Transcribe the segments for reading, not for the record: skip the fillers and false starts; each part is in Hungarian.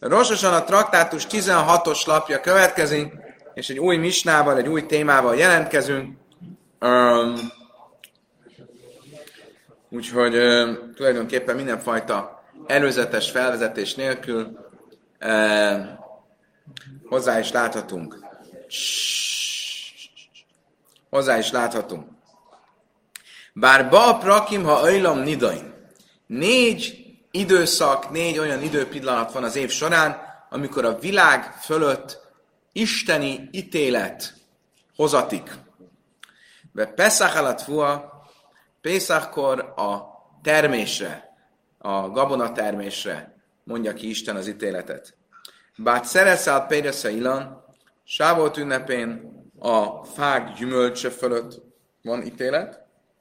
Rosh Hashanah traktátus 16-os lapja következik, és egy új misnával, egy új témával jelentkezünk. Úgyhogy tulajdonképpen mindenfajta előzetes felvezetés nélkül hozzá is láthatunk. Bár ba prakim ha ajlam nidain. 4 időszak, 4 olyan időpillanat van az év során, amikor a világ fölött isteni ítélet hozatik. Ve Pesach alatt fua, Pészachkor a termésre, a gabonatermésre mondja ki Isten az ítéletet. Bár szereszál Péresze Ilan, Sávot ünnepén a fák gyümölcse fölött van ítélet.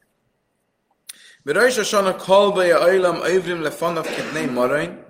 Rosh Hashanah halbaja ajlam ajvrim lefannak ketnei marain.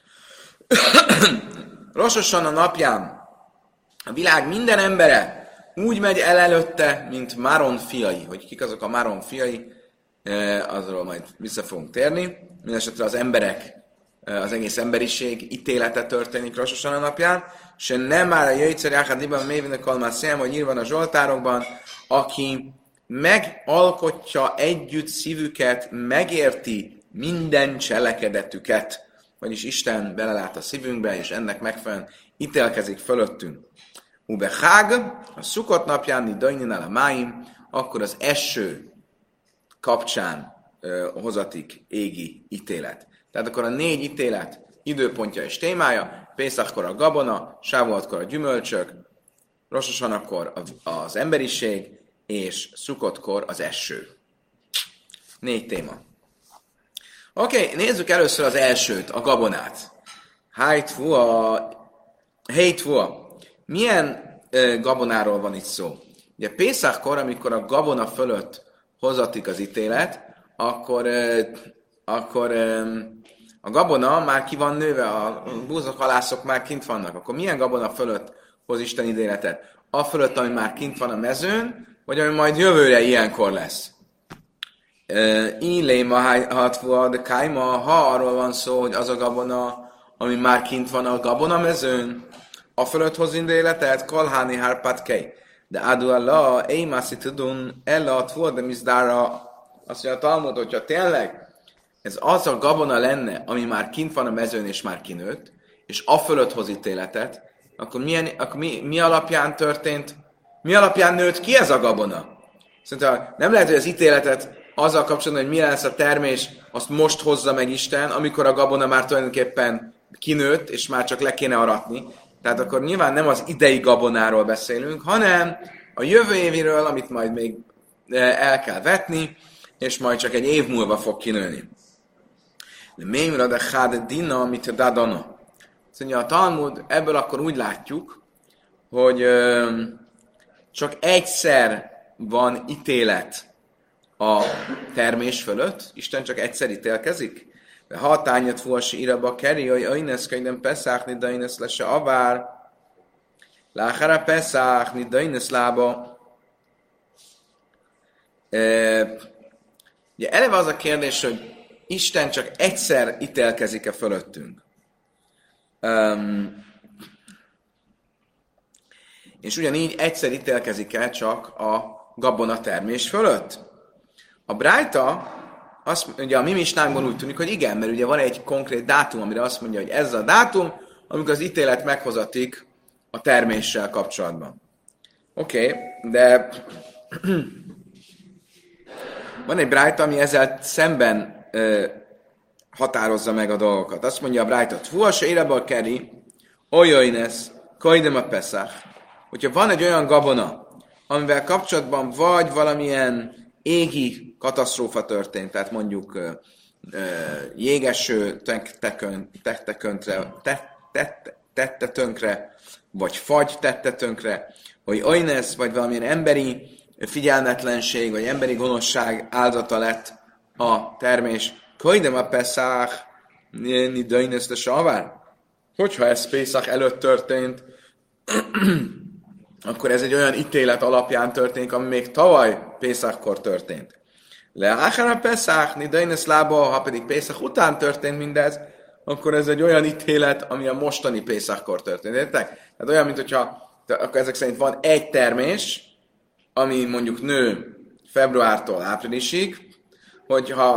Rosh Hashanah napján a világ minden embere úgy megy el előtte, mint Máron fiai. Hogy kik azok a Máron fiai, azról majd vissza fogunk térni. Mindenesetre az emberek, az egész emberiség ítélete történik Rosh Hashanah napján. Se nem már a jöjtszer jáhadiban mévinek almászém, hogy írva a Zsoltárokban, aki megalkotja együtt szívüket, megérti minden cselekedetüket. Vagyis Isten belelát a szívünkbe, és ennek megfelelően ítélkezik fölöttünk. Ubehág, a Szukot napján, Dajninál a máim, akkor az eső kapcsán hozatik égi ítélet. Tehát akkor a 4 ítélet időpontja és témája, Pészachkor a gabona, Sávoatkor a gyümölcsök, Rosh Hashanahkor az emberiség, és Szukotkor az eső. 4 téma. Oké, nézzük először az elsőt, a gabonát. Héjtvua. Milyen gabonáról van itt szó? Ugye Pészachkor, amikor a gabona fölött hozatik az ítélet, akkor a gabona már ki van nőve, a búzahalászok már kint vannak. Akkor milyen gabona fölött hoz Isten ítéletet? A fölött, ami már kint van a mezőn, vagy ami majd jövőre ilyenkor lesz. Illéma hatvua, de kájma, ha arról van szó, hogy az a gabona, ami már kint van a gabona mezőn, a fölött hoz ítéletet, kalháni hárpatkei. De adu Allah, émászi tudun, ella a tvua, de mizdára, azt mondja a Talmud, hogyha tényleg ez az a gabona lenne, ami már kint van a mezőn és már kinőtt, és a fölött hoz ítéletet, akkor mi alapján történt? Mi alapján nőtt ki ez a gabona? Szerintem nem lehet, hogy az ítéletet azzal kapcsolatban, hogy mi lesz a termés, azt most hozza meg Isten, amikor a gabona már tulajdonképpen kinőtt, és már csak le kéne aratni. Tehát akkor nyilván nem az idei gabonáról beszélünk, hanem a jövő éviről, amit majd még el kell vetni, és majd csak egy év múlva fog kinőni. De mémra de háde dina, mit dadana. Szóval a Talmud, ebből akkor úgy látjuk, hogy csak egyszer van ítélet a termés fölött, Isten csak egyszer ítélkezik. De ha tányat fuasi iraba keri, hogy ajnesz könyvem peszákni, de ajnesz lese avár, láhára peszákni, de ajnesz lába. Ugye eleve az a kérdés, hogy Isten csak egyszer ítélkezik-e fölöttünk. És ugyanígy egyszer ítélkezik el csak a gabona termés fölött. A Brájta, ugye a mi misnánkban úgy tűnik, hogy igen, mert ugye van egy konkrét dátum, amire azt mondja, hogy ez a dátum, amikor az ítélet meghozatik a terméssel kapcsolatban. Oké, de van egy Brájta, ami ezzel szemben határozza meg a dolgokat. Azt mondja a Brájta, Tvua se éreből keri, olyajnesz, kajdem a Pesach. Hogyha van egy olyan gabona, amivel kapcsolatban vagy valamilyen égi katasztrófa történt, tehát mondjuk jégeső tette tönkre, vagy fagy tette tönkre, vagy oynesz, vagy valamilyen emberi figyelmetlenség, vagy emberi gonoszság áldata lett a termés. Kajdem a Pesach, ni döjnesz de savár. Hogyha ez Pészach előtt történt, akkor ez egy olyan ítélet alapján történik, ami még tavaly Pészachkor történt. Leáchán a Pesach, ni döjnesz lába, ha pedig Pészach után történt mindez, akkor ez egy olyan ítélet, ami a mostani Pészákkor történt. Értek? Tehát olyan, mint hogyha akkor ezek szerint van egy termés, ami mondjuk nő februártól áprilisig, hogyha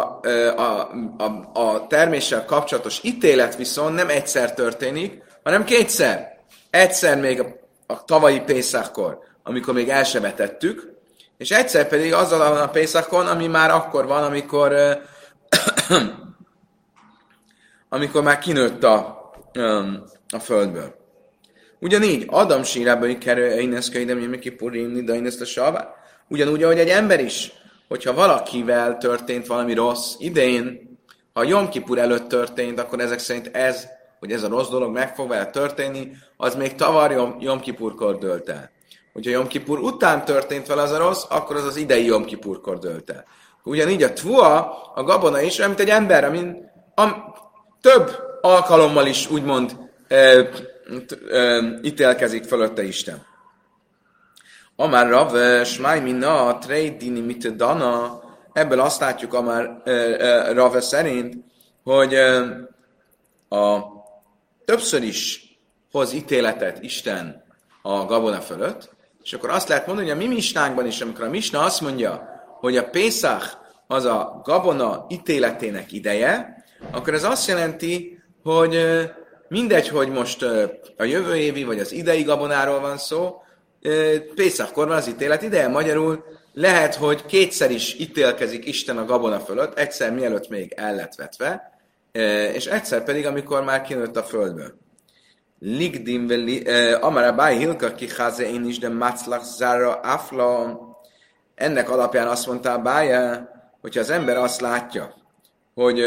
a terméssel kapcsolatos ítélet viszont nem egyszer történik, hanem kétszer. Egyszer még a tavalyi Pészákkor, amikor még el se vetettük, és egyszer pedig azzal a Pészákkon, ami már akkor van, amikor már kinőtt a földből. Ugyanígy, Adam sírában kerül Eineszkeidem, Jemiki Purim, de Einesz a Salvá. Ugyanúgy, ahogy egy ember is, hogyha valakivel történt valami rossz idén, ha a Jom Kipur előtt történt, akkor ezek szerint hogy ez a rossz dolog meg fog vele történni, az még tavaly Jom Kipurkor dőlt el. Hogyha Jom Kipur után történt vele az a rossz, akkor az idei Jom Kipurkor dőlt el. Ugyanígy a tvua, a gabona is, olyan, mint egy ember, amin több alkalommal is úgymond ítélkezik fölötte Isten. Amár Rav, Smáj minna, Treidini mit dana, ebből azt látjuk Amár Rav szerint, hogy többször is hoz ítéletet Isten a gabona fölött, és akkor azt lehet mondani, hogy a mi misnánkban is, amikor a misna azt mondja, hogy a Pészach az a gabona ítéletének ideje, akkor ez azt jelenti, hogy mindegy, hogy most a jövő évi vagy az idei gabonáról van szó, Pészachkor van az ítélet ideje. Magyarul lehet, hogy kétszer is ítélkezik Isten a gabona fölött, egyszer mielőtt még el lett vetve, és egyszer pedig, amikor már kinőtt a földből. Ligdim amara báj hilka ki háze én is, de maclach zára afla. Ennek alapján azt mondta a bája, hogyha az ember azt látja, hogy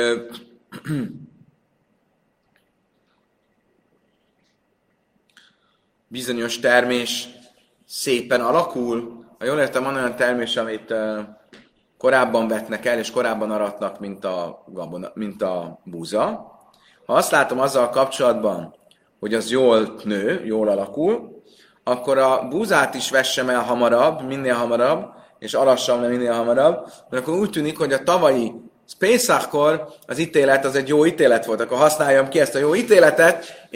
bizonyos termés szépen alakul. Ha jól értem, van olyan termés, amit korábban vetnek el, és korábban aratnak, mint a búza. Ha azt látom azzal kapcsolatban, hogy az jól nő, jól alakul, akkor a búzát is vessem el hamarabb, minél hamarabb, és arassam le minél hamarabb, mert akkor úgy tűnik, hogy a tavalyi Pészachkor az ítélet az egy jó ítélet volt, akkor használjam ki ezt a jó ítéletet,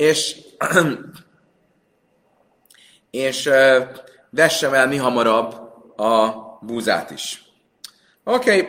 és vessem el mi hamarabb a búzát is. Oké.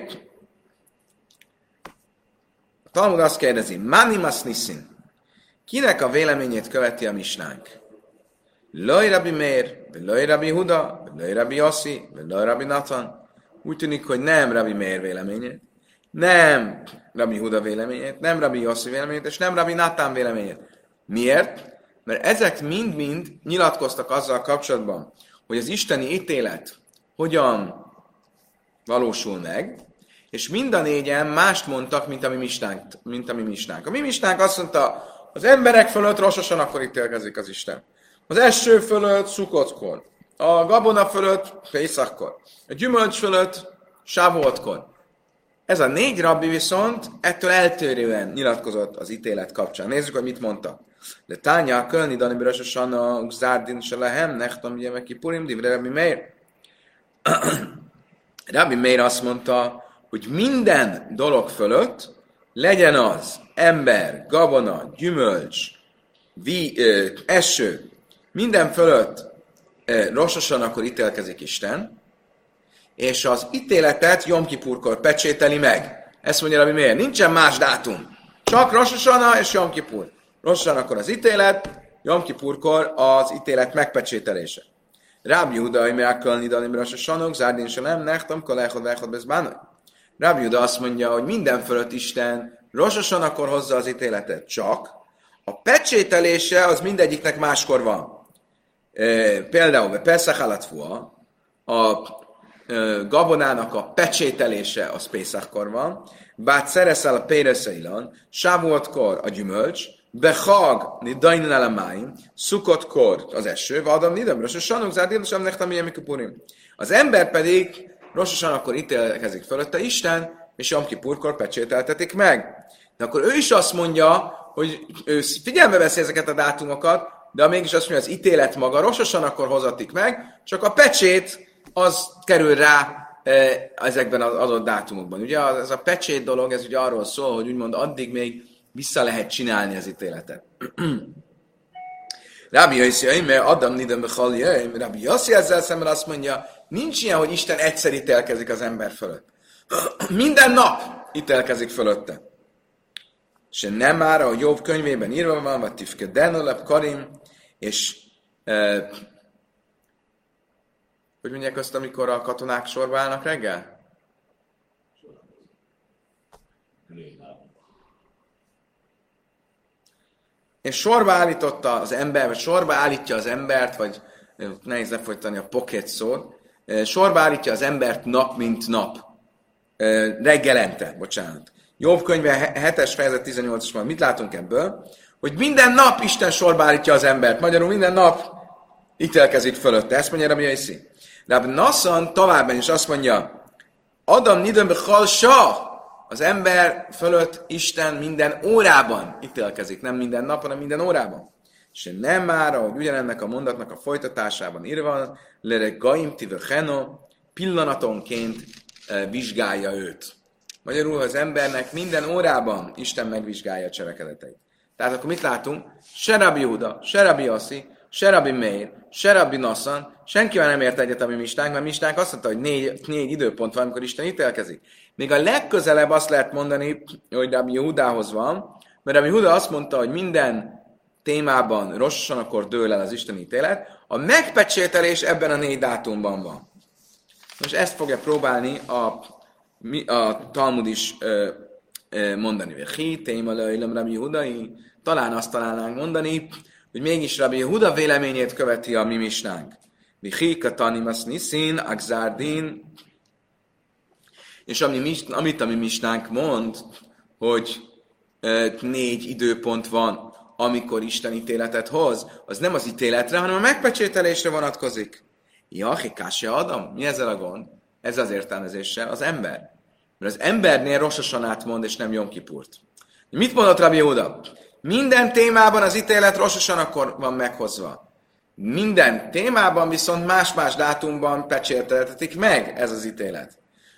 A Talmud azt kérdezi, Manimas Nissin, kinek a véleményét követi a misnánk? Loj Rabbi Meir, vagy Loj Rabbi Huda, vagy Loj Rabbi Yossi, vagy Loj Rabbi Natan. Úgy tűnik, hogy nem Rabbi Meir véleményét, nem Rabbi Huda véleményét, nem Rabbi Yossi véleményét, és nem Rabbi Natan véleményét. Miért? Mert ezek mind-mind nyilatkoztak azzal kapcsolatban, hogy az isteni ítélet hogyan valósul meg, és mind a négyen mást mondtak, mint a mi misnánk. A mi misnánk azt mondta, az emberek fölött rossosan akkor ítélkezik az Isten. Az eső fölött Szukkotkor, a gabona fölött Pészachkor, a gyümölcs fölött Sávoltkor. Ez a 4 rabbi viszont ettől eltérően nyilatkozott az ítélet kapcsán. Nézzük, hogy mit mondtak. De Tánya, Kölni, Dani, Birasosana, Zárdin, Selehem, Nechtam, Jemeki, Purim, Divre, Rabbi Meir. Rabbi Meir azt mondta, hogy minden dolog fölött legyen az ember, gabona, gyümölcs, eső, minden fölött rossosan akkor ítélkezik Isten, és az ítéletet Jom Kipurkor pecsételi meg. Ezt mondja Rabbi Meir, nincsen más dátum. Csak Rosh Hashanah és Jom Kipur. Rosh Hashanah akkor az ítélet, Jom Kipurkor az ítélet megpecsételése. Rabbi Yehuda, Imeákkal, Nidalim, Rosh Hashanah, Zárdin Salem, Nechtam, Kalechod, Vechod, Bezbánoj. Rabbi Yehuda azt mondja, hogy minden fölött Isten Rosh Hashanah-kor hozza az ítéletet, csak a pecsételése az mindegyiknek máskor van. Például Pesach alatfua, a gabonának a pecsételése az Pészachkor van, bát szereszel a Péreszeilan, Sávoltkor a gyümölcs, Behag, Nidainin elemáim, Szukkotkor az eső, Vadam, Nidam, Rosh Hashanah, Zárdin, Sem Nechtam, Jemeki Purim. Az ember pedig Rosh Hashanah-kor ítélkezik fölötte Isten, és Jom Kipurkor pecsételtetik meg. De akkor ő is azt mondja, hogy ő figyelme veszi ezeket a dátumokat, de mégis azt mondja, az ítélet maga Rosh Hashanah-kor hozatik meg, csak a pecsét az kerül rá ezekben az adott dátumokban. Ugye ez a pecsét dolog, ez ugye arról szól, hogy úgymond addig még vissza lehet csinálni az ítéletet. Rabbi Yossi, mert Adam nidem bechalja, Rabbi Yossi ezzel szemben azt mondja, nincs ilyen, hogy Isten egyszer ítélkezik az ember fölött. Minden nap ítélkezik fölötte. És nem már a Jobb könyvében írva van, vagy Tifke Denolep Karim, és hogy mondják azt, amikor a katonák sorba állnak reggel? És sorba állította az ember, vagy sorba állítja az embert, vagy nehéz lefolytani a pocket szót, sorba állítja az embert nap, mint nap. Reggelente, bocsánat. Jobb könyve 7-es fejezet 18-as, mit látunk ebből? Hogy minden nap Isten sorba állítja az embert. Magyarul minden nap ítélkezik fölötte. Ezt mondja Rabbi Yossi. Rabbi Nassan továbbá is azt mondja, Adam nidem bechal sa, az ember fölött Isten minden órában ítélkezik, nem minden nap, hanem minden órában. És nem már, ahogy ugyanennek a mondatnak a folytatásában írva van, lere gaim tivecheno, pillanatonként vizsgálja őt. Magyarul, az embernek minden órában Isten megvizsgálja a cselekedeteit. Tehát akkor mit látunk? Se Rabbi Yehuda, se Rabbi Yossi, se Rabbi Meir, se Rabbi Nassan, senkivel nem ért egyet a mi mistánk, mert mistánk azt mondta, hogy négy időpont van, amikor Isten ítélkezik. Még a legközelebb azt lehet mondani, hogy Rabbi Yehudához van, mert Rabbi Yehuda azt mondta, hogy minden témában rossosan akkor dől el az Isten ítélet, a megpecsételés ebben a 4 dátumban van. Most ezt fogja próbálni a Talmud is mondani. Hi, téma leilem Rabbi Yehudai, talán azt találnánk mondani, hogy mégis Rabbi Yehuda véleményét követi a mi misnánk. Hi, katanimas niszin, agzárdin, és amit a mi misnánk mond, hogy 4 időpont van, amikor Isten ítéletet hoz, az nem az ítéletre, hanem a megpecsételésre vonatkozik. Jahikásja Adam? Mi ezzel a gond? Ez az értelmezéssel az ember. Mert az embernél Rosh Hasanát mond, és nem Jom Kipurt. Mit mondott Rabbi Yehuda? Minden témában az ítélet Rosh Hasanakor van meghozva. Minden témában viszont más-más dátumban pecsételtetik meg ez az ítélet.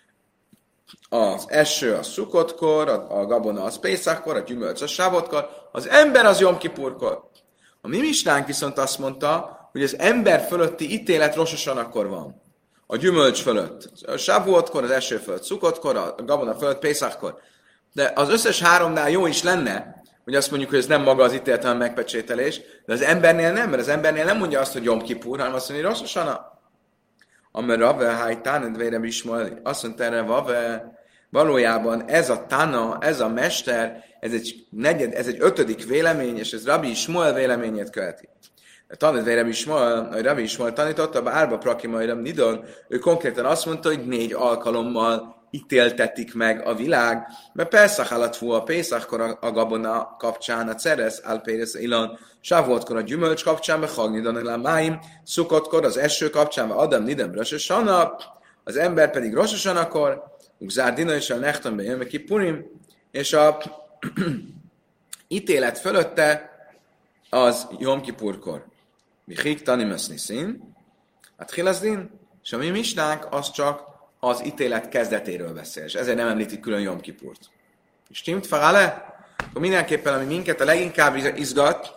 Az eső a Szukkotkor, a gabona az Pészakkor, a gyümölcs a Sávotkor, az ember az Jom Kipurkor. A mi misnánk viszont azt mondta, hogy az ember fölötti ítélet Rosh Hasanakor van. A gyümölcs fölött, a Sávotkor, az eső fölött, Szukkotkor, a gabona fölött, Pészakkor. De az összes 3-nál jó is lenne, hogy azt mondjuk, hogy ez nem maga az ítélet, hanem megpecsételés, de az embernél nem, mert az embernél nem mondja azt, hogy Jom Kipur, hanem azt mondja, hogy Rosh Hasana. Amer Rave, Hájtán, Dvére Ismael, azt mondta erre Rave, valójában ez a Tana, ez a mester, ez egy 5. vélemény, és ez Rabbi Ismael véleményét követi. Tanítva Rabbi Ismael tanította, Árba Prakimairam Nidon, ő konkrétan azt mondta, hogy 4 alkalommal ítéltetik meg a világ, mert Pesach alatfú a Pészachkor a gabona kapcsán, a Ceres, Alpéres Ilan, Sávoltkor a gyümölcs kapcsán, mert Hagnidon a Máim, Szukkotkor az eső kapcsán, mert Adam Nidem Rosh Hasana, az ember pedig Rosh Hasanakor, Zárdina és a Nechtonben jön, Kipurim, és a ítélet fölötte az Jom Kipurkor. Mi híg tanimas niszin, a tchilazdin, és a mi misnánk az csak az ítélet kezdetéről beszél, és ezért nem említik külön Jom Kipurt. És stimmt farale? Akkor mindenképpen, ami minket a leginkább izgat,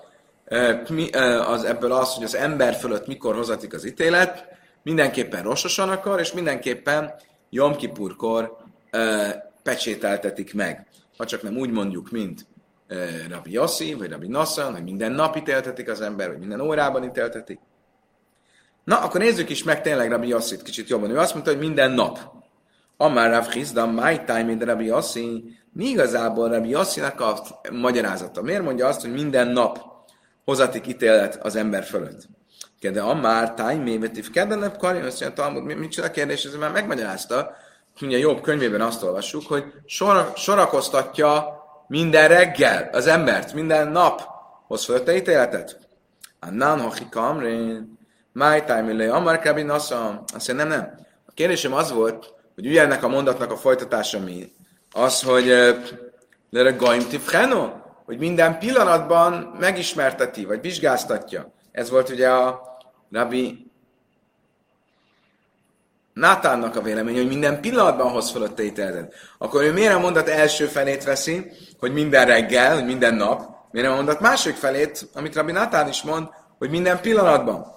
az ebből az, hogy az ember fölött mikor hozatik az ítélet, mindenképpen Rosh Hasanakor, és mindenképpen Jom Kipurkor pecsételtetik meg. Ha csak nem úgy mondjuk, mint Rabbi Yossi, vagy Rabbi Nassan, hogy minden nap ítéltetik az ember, vagy minden órában ítéltetik. Na, akkor nézzük is meg tényleg Rabbi Yossit kicsit jobban. Ő azt mondta, hogy minden nap. Amár Rav Chizda, my time in Rabbi Yossi, mi igazából Rabbi Yossinak a magyarázata? Miért mondja azt, hogy minden nap hozatik ítélet az ember fölött? De amár time évetív keddenebb karján, azt mondja, Talmud, mit csinál a kérdés, ez már megmagyarázta. Ugye Jobb könyvében azt olvassuk, hogy sorakoztatja minden reggel az embert, minden nap hoz fölötte ítéletet. Annan hochi kamrén, my time illé, amar Rabbi Nassan. Azt mondja, nem. A kérdésem az volt, hogy ugye ennek a mondatnak a folytatása mi? Az, hogy lere gaim tifcheno, hogy minden pillanatban megismerteti, vagy vizsgáztatja. Ez volt ugye a Rabbi Nátánnak a véleménye, hogy minden pillanatban hoz fölötte ítéletet, akkor ő miért a mondat első felét veszi, hogy minden reggel, hogy minden nap, miért a mondat második felét, amit Rabbi Nátán is mond, hogy minden pillanatban.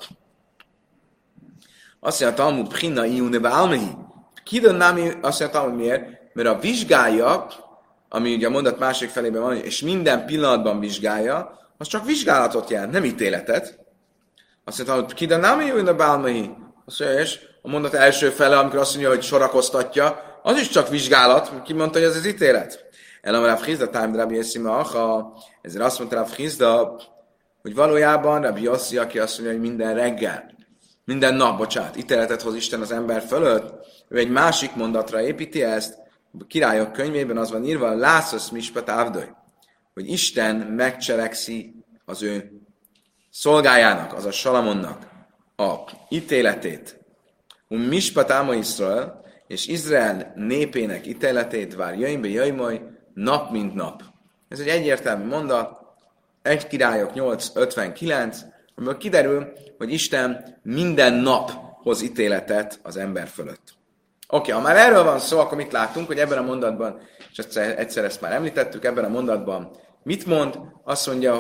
Azt mondja, Talmud, Pchina, Iunebe, Almehi. Kidön námi, azt mondja, Talmud, miért? Mert a vizsgálja, ami ugye a mondat másik felében van, és minden pillanatban vizsgálja, az csak vizsgálatot jelent, nem ítéletet. Azt mondja, Talmud, Kidön námi, Iunebe, Almehi. Azt mondja, és a mondat első fele, amikor azt mondja, hogy sorakoztatja, az is csak vizsgálat. Ki mondta, hogy ez az ítélet? Elam Rav Chizda, Tájm Rabbi Yossi Acha, ezért azt mondta Rav Chizda, hogy valójában Rabbi Yossi, aki azt mondja, hogy minden reggel, minden nap, bocsánat, ítéletet hoz Isten az ember fölött, ő egy másik mondatra építi ezt, a Királyok könyvében az van írva, Lászos Mispet Avdoj, hogy Isten megcselekszi az ő szolgájának, azaz Salamonnak a ítéletét, Mispet Áma Iszrael, és Izrael népének ítéletét vár jöjjön be, jöjjön majd nap mint nap. Ez egy egyértelmű mondat, 1 Királyok 8:59, amiből kiderül, hogy Isten minden nap hoz ítéletet az ember fölött. Oké, ha már erről van szó, akkor mit látunk, hogy ebben a mondatban, és egyszer ezt már említettük, ebben a mondatban mit mond? Azt mondja,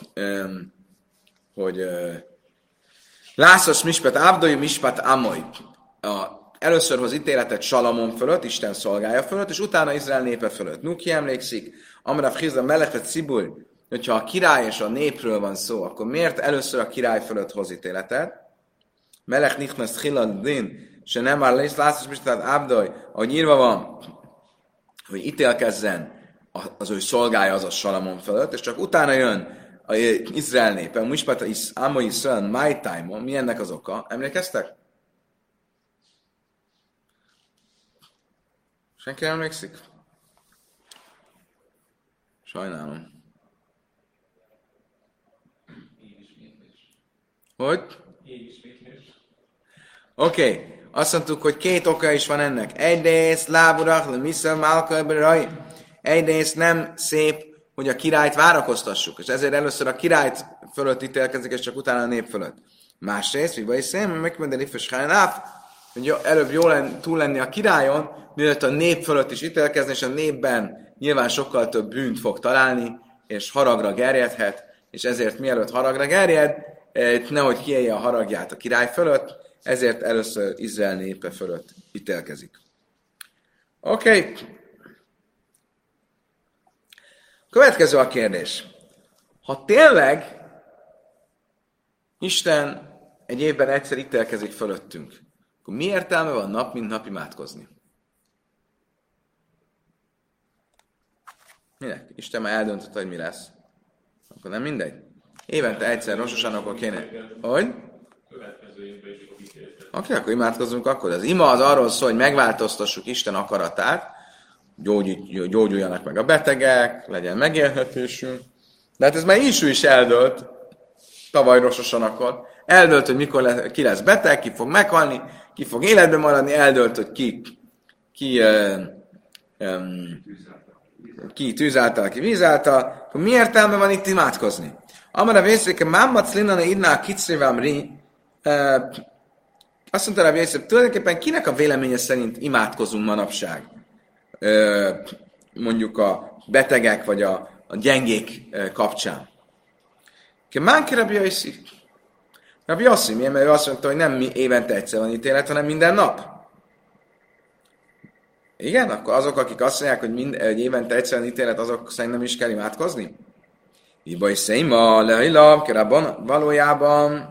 hogy Lászos Mispet Avdoj, Mispet Amoy. Először hoz ítéletet Salamon fölött, Isten szolgája fölött, és utána Izrael népe fölött. Ki emlékszik, Amrav Chizda Melechet Cibur, hogyha a király és a népről van szó, akkor miért először a király fölött hoz ítéletet? Melech Nichnas Chilad Din, se nem már Lászos Mispet Avdoj, ahogy írva van, hogy ítélkezzen az ő szolgája, az a Salamon fölött, és csak utána jön az Izrael népe, a Mispet Amoy Iszrael, my time, mi ennek az oka? Emlékeztek? Senki emlékszik? Sajnálom. Hogy? Oké. Azt mondtuk, hogy 2 oka is van ennek. Egyrészt láburach, le misza, málka, egyrészt nem szép, hogy a királyt várakoztassuk, és ezért először a királyt fölött ítélkezik, és csak utána a nép fölött. Másrészt, mivel is szém, megmondani, ifes hogy előbb jó túl lenni a királyon, mielőtt a nép fölött is ítélkezni, és a népben nyilván sokkal több bűnt fog találni, és haragra gerjedhet, és ezért mielőtt haragra gerjed, nehogy kiélje a haragját a király fölött, ezért először Izrael népe fölött ítélkezik. Oké. Következő a kérdés. Ha tényleg Isten egy évben egyszer ítélkezik fölöttünk, akkor mi értelme van nap mint nap imádkozni? Minek? Isten már eldöntötte, hogy mi lesz. Akkor nem mindegy. Évente egyszer rososan, akkor kéne. Hogy? Oké, akkor imádkozzunk akkor. Az ima az arról szól, hogy megváltoztassuk Isten akaratát, gyógyuljanak meg a betegek, legyen megélhetésünk. De hát ez már is eldölt, tavaly rososan akkor. Eldölt, hogy mikor ki lesz beteg, ki fog meghalni, ki fog életben maradni, eldölt, hogy ki tűz által, ki víz által. Akkor mi értelme van itt imádkozni? Amara vészvéke, mámmat szlinnane idná kicrivám ri, azt mondta Rabbi Yosef, tulajdonképpen kinek a véleménye szerint imádkozunk manapság? Mondjuk a betegek vagy a gyengék kapcsán. Mánki Rabbi Yosef? Rabbi Yosef, miért? Mert ő azt mondta, hogy nem évente egyszer van ítélet, hanem minden nap. Igen? Akkor azok, akik azt mondják, hogy évente egyszer van ítélet, azok szerint nem is kell imádkozni? Iba is széma, lehajlap, valójában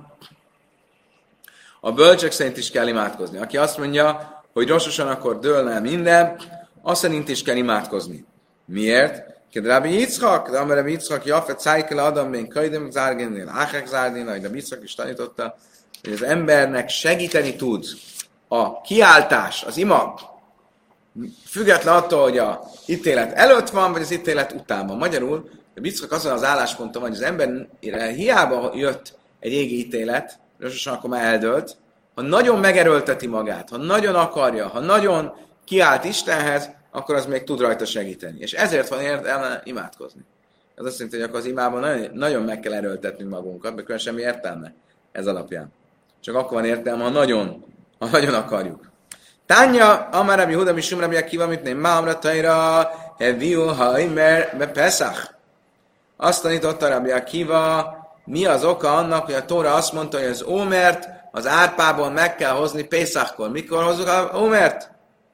a bölcsek szerint is kell imádkozni. Aki azt mondja, hogy rososan akkor dőlne minden, azt szerint is kell imádkozni. Miért? Ked Rabbi Yitzchak, de Rabbi Yitzchak, Jafet, Szájkel, Adam, Ben Kaidem, Zárgénél, Áchek Zárdén, ahogy Rabbi Yitzchak is tanította, hogy az embernek segíteni tud a kiáltás, az ima, független attól, hogy a ítélet előtt van, vagy az ítélet után van. Magyarul, Rabbi Yitzchak azon az állásponton van, hogy az emberre hiába jött egy régi ítélet, rososan akkor már eldőlt, ha nagyon megerőlteti magát, ha nagyon akarja, ha nagyon kiált Istenhez, akkor az még tud rajta segíteni. És ezért van értelme imádkozni. Ez azt jelenti, hogy akkor az imában nagyon meg kell erőltetnünk magunkat, mert semmi értelme ez alapján. Csak akkor van értelme, ha nagyon akarjuk. Tánya, amár Rabbi Huda, Mishum Rabbi Akiva, mit nem Mámra Tajra, Heviu Haimer, be Pesach. Azt tanította Rabbi Akiva, mi az oka annak, hogy a Tóra azt mondta, hogy az ómert az árpából meg kell hozni Pészachkor. Mikor hozzuk az ómert?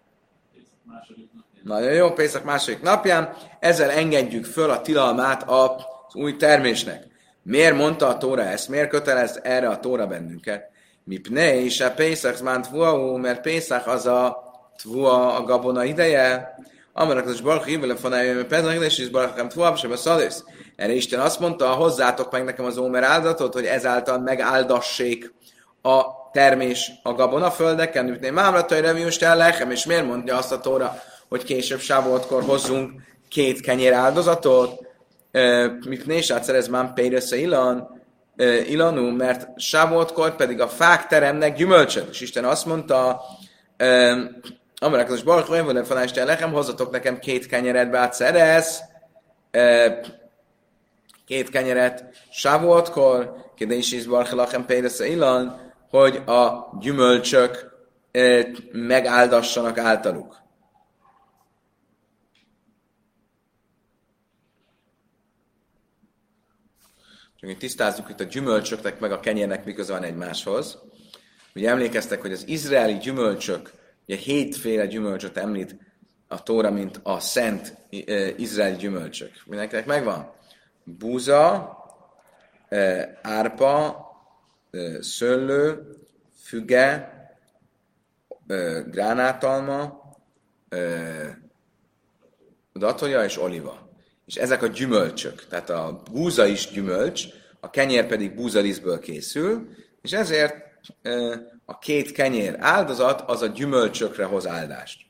Nagyon jó, Pészak második napján. Ezzel engedjük föl a tilalmát az új termésnek. Miért mondta a Tóra ezt? Miért kötelez erre a Tóra bennünket? Mipne és a Pészak már tvuaú, mert Pészak az a tvua, a gabona ideje. Amarak az Baruch hívele fanája, mert Pészak ide is Baruch tvua, sem a szadész. Erre Isten azt mondta, hozzátok meg nekem az ómer áldatot, hogy ezáltal megáldassék a termés a gabona földeken. Mipne mámratai reviust el lechem, és miért mondja azt a Tóra, hogy később Sávoltkor hozzunk 2 kenyér áldozatot? Mipne és átszerez már Pérösze Ilanú, mert Sávoltkor pedig a fák teremnek gyümölcsöt. És Isten azt mondta, Amarákozos Baruch Hívele fanája, el lechem, hozzatok nekem 2 kenyeret, átszerez, 2 kenyeret Sávoltkor, de is Baruch Lachem Pérösze Ilan, hogy a gyümölcsök megáldassanak általuk. Csak tisztázzuk itt a gyümölcsöknek meg a kenyérnek miközben van egymáshoz. Ugye emlékeztek, hogy az izraeli gyümölcsök, ugye 7 féle gyümölcsöt említ a Tóra, mint a szent izraeli gyümölcsök. Mindenkinek megvan? Búza, árpa, szőlő, füge, gránátalma, datolja és oliva. És ezek a gyümölcsök. Tehát a búza is gyümölcs, a kenyér pedig búzalisztből készül, és ezért a 2 kenyér áldozat az a gyümölcsökre hoz áldást.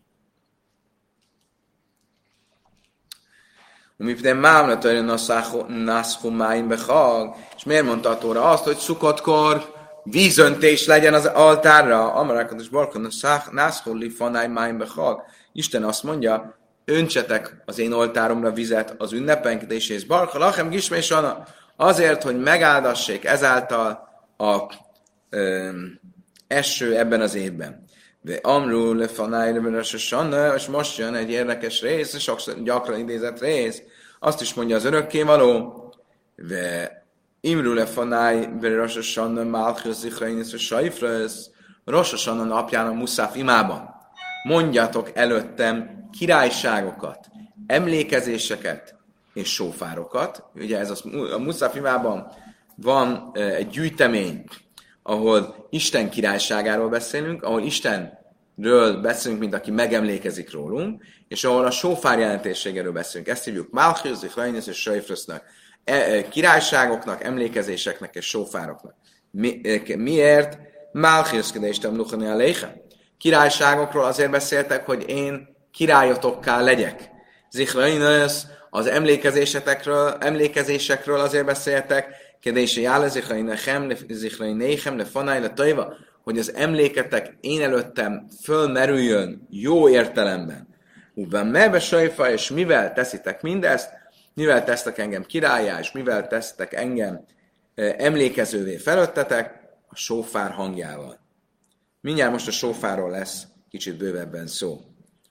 Mipne mámra törjön nászhu máim bechag, és miért mondta a Tóra azt, hogy szukottkor vízöntés legyen az altárra? Amarákat és barkon nászhu lifanáj máim bechag. Isten azt mondja, öntsetek az én oltáromra vizet az ünnepenket, és barka lachem gismésana, azért, hogy megáldassék ezáltal a eső ebben az évben. De amrú lefanájra, és most jön egy érdekes rész, sokszor gyakran idézett rész, azt is mondja az örökkévaló, de imrú lefanáj, Rosh Hashanah, Malchus, Zichainis, és Saifrös, Rosh Hashanah napján a Muszaf imában. Mondjatok előttem királyságokat, emlékezéseket és sófárokat. Ugye ez a Muszaf imában van egy gyűjtemény, ahol Isten királyságáról beszélünk, ahol Istenről beszélünk, mint aki megemlékezik rólunk, és ahol a sófár jelentőségéről beszélünk. Ezt hívjuk Malchus, Zichainis és Saifrösnek. Királyságoknak, emlékezéseknek és sófároknak. Miért? Malchus, de Isten Nuchani Aleicha. Királyságokról azért beszéltek, hogy én királyotokká legyek. Zichainis, az emlékezésekről azért beszéltek, kedése jár zichainéchem lefanáj letajva, hogy az emléketek én előttem fölmerüljön jó értelemben. Úgyben mebe sajfa, és mivel teszitek mindezt, mivel tesztek engem királlyá, és mivel tesztek engem emlékezővé felöttetek, a sófár hangjával. Mindjárt most a sófáról lesz kicsit bővebben szó.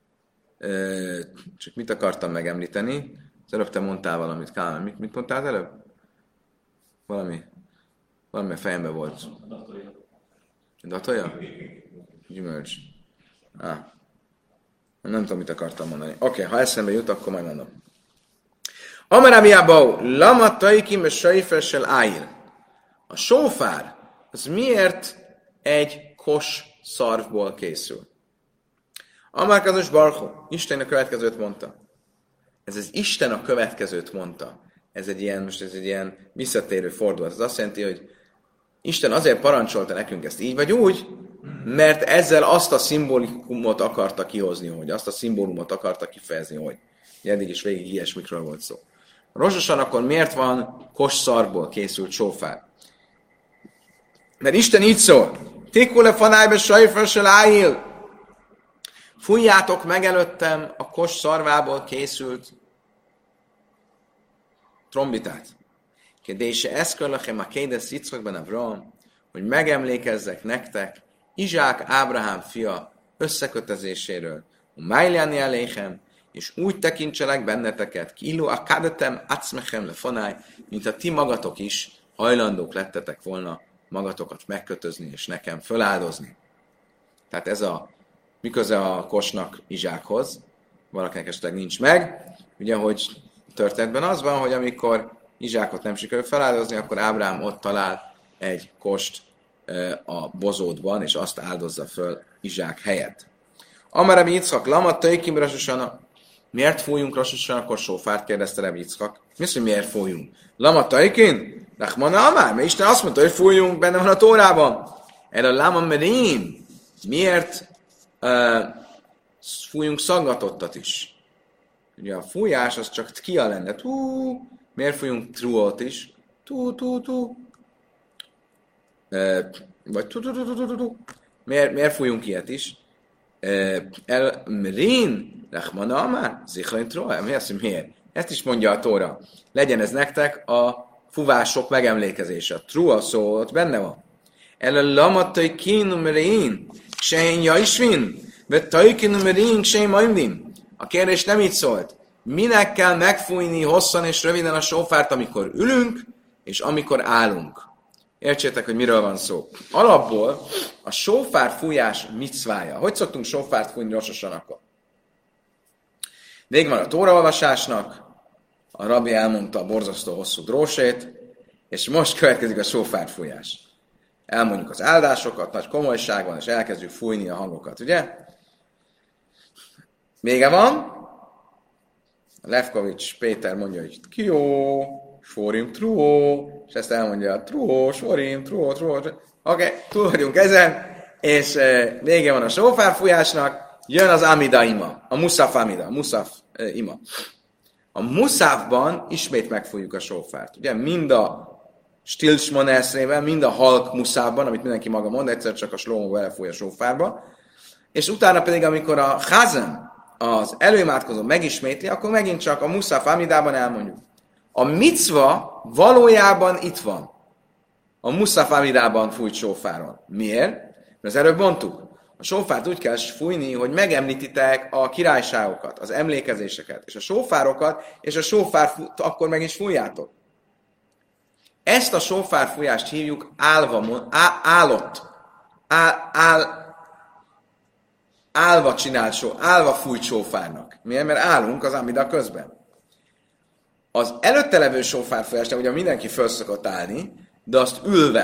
Csak mit akartam megemlíteni? Az előbb te mondtál valamit, Kálmán. Mit mondtál előbb? Valami a fejembe volt. Datolja? Gyümölcs. Nem tudom, mit akartam mondani. Oké, ha eszembe jut, akkor majd mondom. Amarábiábau, lama taikim és sajfessel áír. A sófár, az miért egy kos szarvból készül? Amárkazos Barchu, Isten a következőt mondta. Ez az Isten a következőt mondta. Ez egy ilyen visszatérő fordulat. Ez azt jelenti, hogy Isten azért parancsolta nekünk ezt így vagy úgy, mert ezzel azt a szimbolikumot akarta kihozni, hogy azt a szimbólumot akarta kifejezni, hogy eddig is végig ilyesmikről volt szó. Rososan akkor miért van kos szarból készült sófár? Mert Isten így szól. Tikule fanájbe sajfössel ájil. Fújjátok meg előttem a kos szarvából készült trombitát. Kedése eszkörlechem a kédes Yitzchakben Avraham, hogy megemlékezzek nektek Izsák Ábrahám fia összekötezéséről. Májláni eléhem, és úgy tekintselek benneteket, kiló a kadetem acmechem lefonáj, mint a ti magatok is hajlandók lettetek volna magatokat megkötözni és nekem föláldozni. Tehát ez mi köze a kosnak Izsákhoz? Valakinek esetleg nincs meg. Ugye, hogy történetben az van, hogy amikor Izsákot nem sikerül feláldozni, akkor Ábrám ott talál egy kost a bozótban, és azt áldozza föl Izsák helyett. Amarabi Yitzchak, lama töjkim rasosana. Miért fújunk rasosana sófárt? Kérdezte Rabbi Yitzchak. Mi az, hogy miért fújunk? Lama töjkin? Rachmana amár, mert Isten azt mondta, hogy fújjunk, benne van a Tórában. Erre a lama merin. Miért fújunk szaggatottat is? Ugye a fújás az csak tkia lenne. Miért fújunk truót is? Vagy miért fújunk ilyet is? El merin, rachmana amár, zichrain truá. Mi az, hogy miért? Ezt is mondja a Tóra. Legyen ez nektek a fúvások megemlékezése. A trua szó ott benne van. El a lamattai kínumerein, sejn jaisvin, vettai kínumerein, sejn majmdim. A kérdés nem így szólt. Minek kell megfújni hosszan és röviden a sófárt, amikor ülünk, és amikor állunk? Értsétek, hogy miről van szó. Alapból a sófár fújás micvája. Hogy szoktunk sófárt fújni rossosan akkor? Vég van a tóraolvasásnak, a rabbi elmondta a borzasztó hosszú drósét, és most következik a sófárfújás. Elmondjuk az áldásokat, nagy komolyságban, és elkezdjük fújni a hangokat, ugye? Vége van. Lefkovics Péter mondja, hogy kió, svorim, truó, és ezt elmondja, truó, svorim, truó. Oké, túl vagyunk ezen, és vége van a sófárfújásnak, jön az amida ima, a muszaf amida, a muszaf ima. A muszafban ismét megfújjuk a sófárt. Ugye mind a stilsmoneszrével, mind a halk muszafban, amit mindenki maga mond, egyszer csak a slómó belefúj a sófárba, és utána pedig, amikor a chazan, az előimádkozó megismétli, akkor megint csak a muszaf amidában elmondjuk. A micva valójában itt van. A muszaf amidában fújt sófáron. Miért? Mert az előbb mondtuk. A sófárt úgy kell fújni, hogy megemlítitek a királyságokat, az emlékezéseket, és a sófárokat, és a sófár akkor meg is fújjátok. Ezt a sófárfújást hívjuk állva fújt sófárnak. Miért? Mert állunk az amida közben. Az előtte levő sófárfújásnál ugye mindenki föl szokott állni, de azt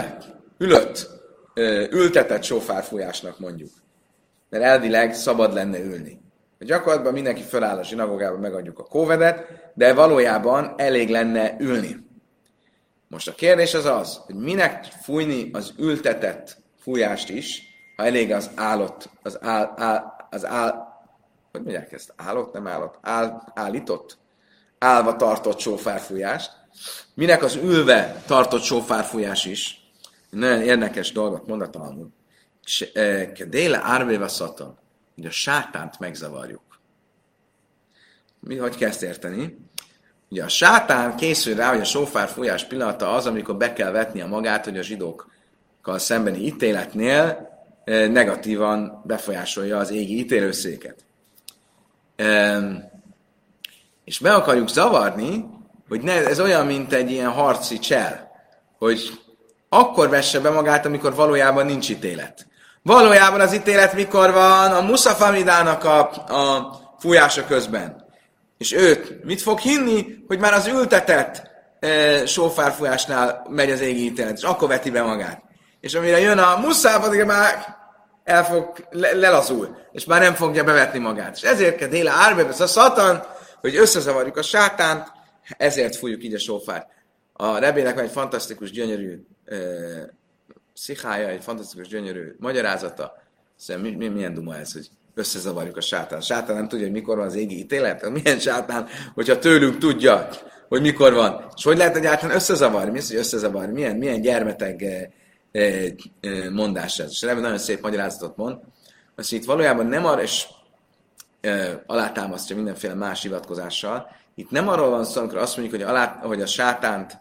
ültetett sófárfújásnak mondjuk. Mert elvileg szabad lenne ülni. Gyakorlatban mindenki föláll a zsinagógában, megadjuk a kóvedet, de valójában elég lenne ülni. Most a kérdés az, hogy minek fújni az ültetett fújást is, ha elég az hogy mondják ezt? Állított? Állva tartott sófárfújást. Minek az ülve tartott sófárfújás is? Nagyon érdekes dolgot mond a Talmud. Déle árvéva szatan, hogy a sátánt megzavarjuk. Hogy kell ezt érteni? Ugye a sátán készül rá, hogy a sófárfújás pillanata az, amikor be kell vetnie magát, hogy a zsidókkal szembeni ítéletnél negatívan befolyásolja az égi ítélőszéket. És be akarjuk zavarni, hogy ez olyan, mint egy ilyen harci csel, hogy akkor vesse be magát, amikor valójában nincs ítélet. Valójában az ítélet mikor van? A Muszaf Amidának a fújása közben. És őt mit fog hinni? Hogy már az ültetett sófárfújásnál megy az égi ítélet, és akkor veti be magát. És amire jön a Muszaf, addig már lelazul, és már nem fogja bevetni magát. És ezért kell déle árbebesz a szatan, hogy összezavarjuk a sátánt, ezért fújjuk így a sófárt. A Rebének van egy fantasztikus, gyönyörű szichája, egy fantasztikus, gyönyörű magyarázata. Szóval milyen duma ez, hogy összezavarjuk a sátánt. A sátán nem tudja, hogy mikor van az égi ítélet? Milyen sátán, hogyha tőlünk tudja, hogy mikor van. És hogy lehet egyáltalán összezavarni? Mi az, hogy összezavarni? Milyen gyermeteg mondás ez. És Rebé nagyon szép magyarázatot mond. Azt itt valójában nem arra, és alátámasztja mindenféle más hivatkozással. Itt nem arról van szó, amikor azt mondjuk, hogy a sátánt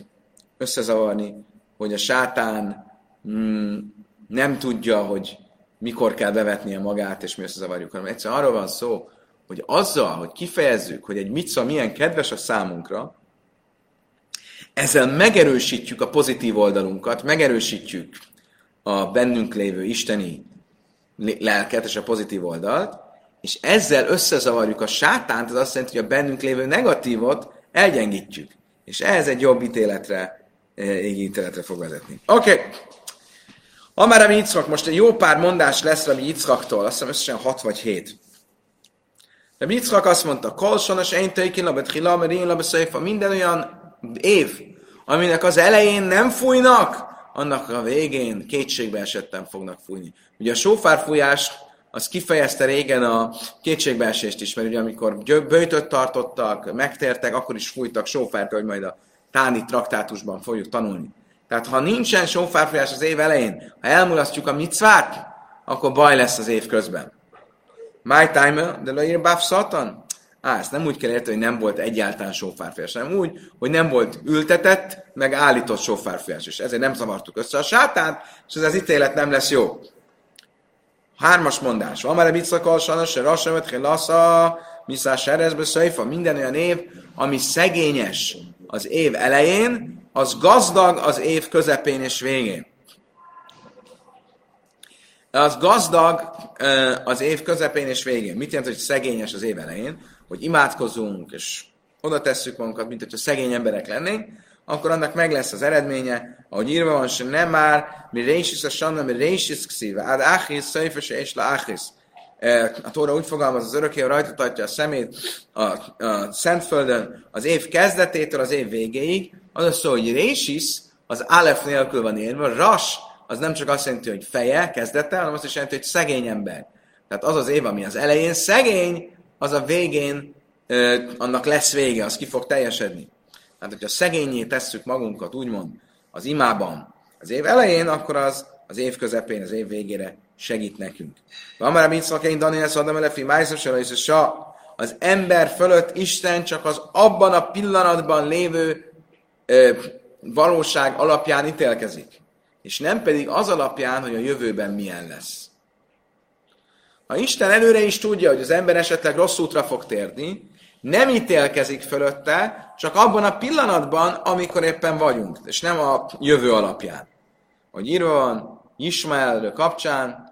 összezavarni, hogy a sátán nem tudja, hogy mikor kell bevetnie magát, és mi összezavarjuk, hanem egyszerűen arról van szó, hogy azzal, hogy kifejezzük, hogy egy micva milyen kedves a számunkra, ezzel megerősítjük a pozitív oldalunkat, megerősítjük a bennünk lévő isteni lelket és a pozitív oldalt, és ezzel összezavarjuk a sátánt, az azt jelenti, hogy a bennünk lévő negatívot elgyengítjük. És ez egy jobb égi ítéletre fog vezetni. Oké. Amár Rabbi Yitzchak, most egy jó pár mondás lesz Rabbi Yitzchaktól, azt hiszem összesen 6 vagy 7. Rabbi Yitzchak azt mondta, Kolsonos én tőkin, labet hila, mert én labet szöjfa, minden olyan év, aminek az elején nem fújnak, annak a végén kétségbe esetten fognak fújni. Ugye a sófárfújás, az kifejezte régen a kétségbeesést is, mert ugye amikor böjtöt tartottak, megtértek, akkor is fújtak sófárt, hogy majd a Táni traktátusban fogjuk tanulni. Tehát ha nincsen sófárfújás az év elején, ha elmulasztjuk a micvát, akkor baj lesz az év közben. My timer, de leír báf szatan? Ezt nem úgy kell érteni, hogy nem volt egyáltalán sófárfújás, hanem úgy, hogy nem volt ültetett, meg állított sófárfújás, és ezért nem zavartuk össze a sátánt, és ez az ítélet nem lesz jó. 3. mondás. Van már a bicakal, sajnos, se rassamet, lasza, miszás serezbe, szöjfa, minden olyan év, ami szegényes az év elején, az gazdag az év közepén és végén. Az gazdag az év közepén és végén. Mit jelent, hogy szegényes az év elején? Hogy imádkozunk, és oda tesszük magunkat, mint hogyha szegény emberek lennénk, akkor annak meg lesz az eredménye, ahogy írva van, se nem már, mi résis a sanna, mi résis kszíve, ad áchis, szöjfese és la áchis. A Tóra úgy fogalmaz, az örökké rajta tartja a szemét a Szentföldön az év kezdetétől az év végéig, az a szó, hogy résis, az álef nélkül van írva, ras, az nem csak azt jelenti, hogy feje, kezdete, hanem azt is jelenti, hogy szegény ember. Tehát az az év, ami az elején szegény, az a végén annak lesz vége, az ki fog teljesedni. Tehát, hogyha szegényé tesszük magunkat, úgymond, az imában az év elején, akkor az év közepén, az év végére segít nekünk. Van már a mitzvakein Daniel Szadamelefi Májszosra és az ember fölött Isten csak az abban a pillanatban lévő valóság alapján ítélkezik. És nem pedig az alapján, hogy a jövőben milyen lesz. Ha Isten előre is tudja, hogy az ember esetleg rossz útra fog térni, nem ítélkezik fölötte, csak abban a pillanatban, amikor éppen vagyunk, és nem a jövő alapján. Hogy írva van Ismael kapcsán,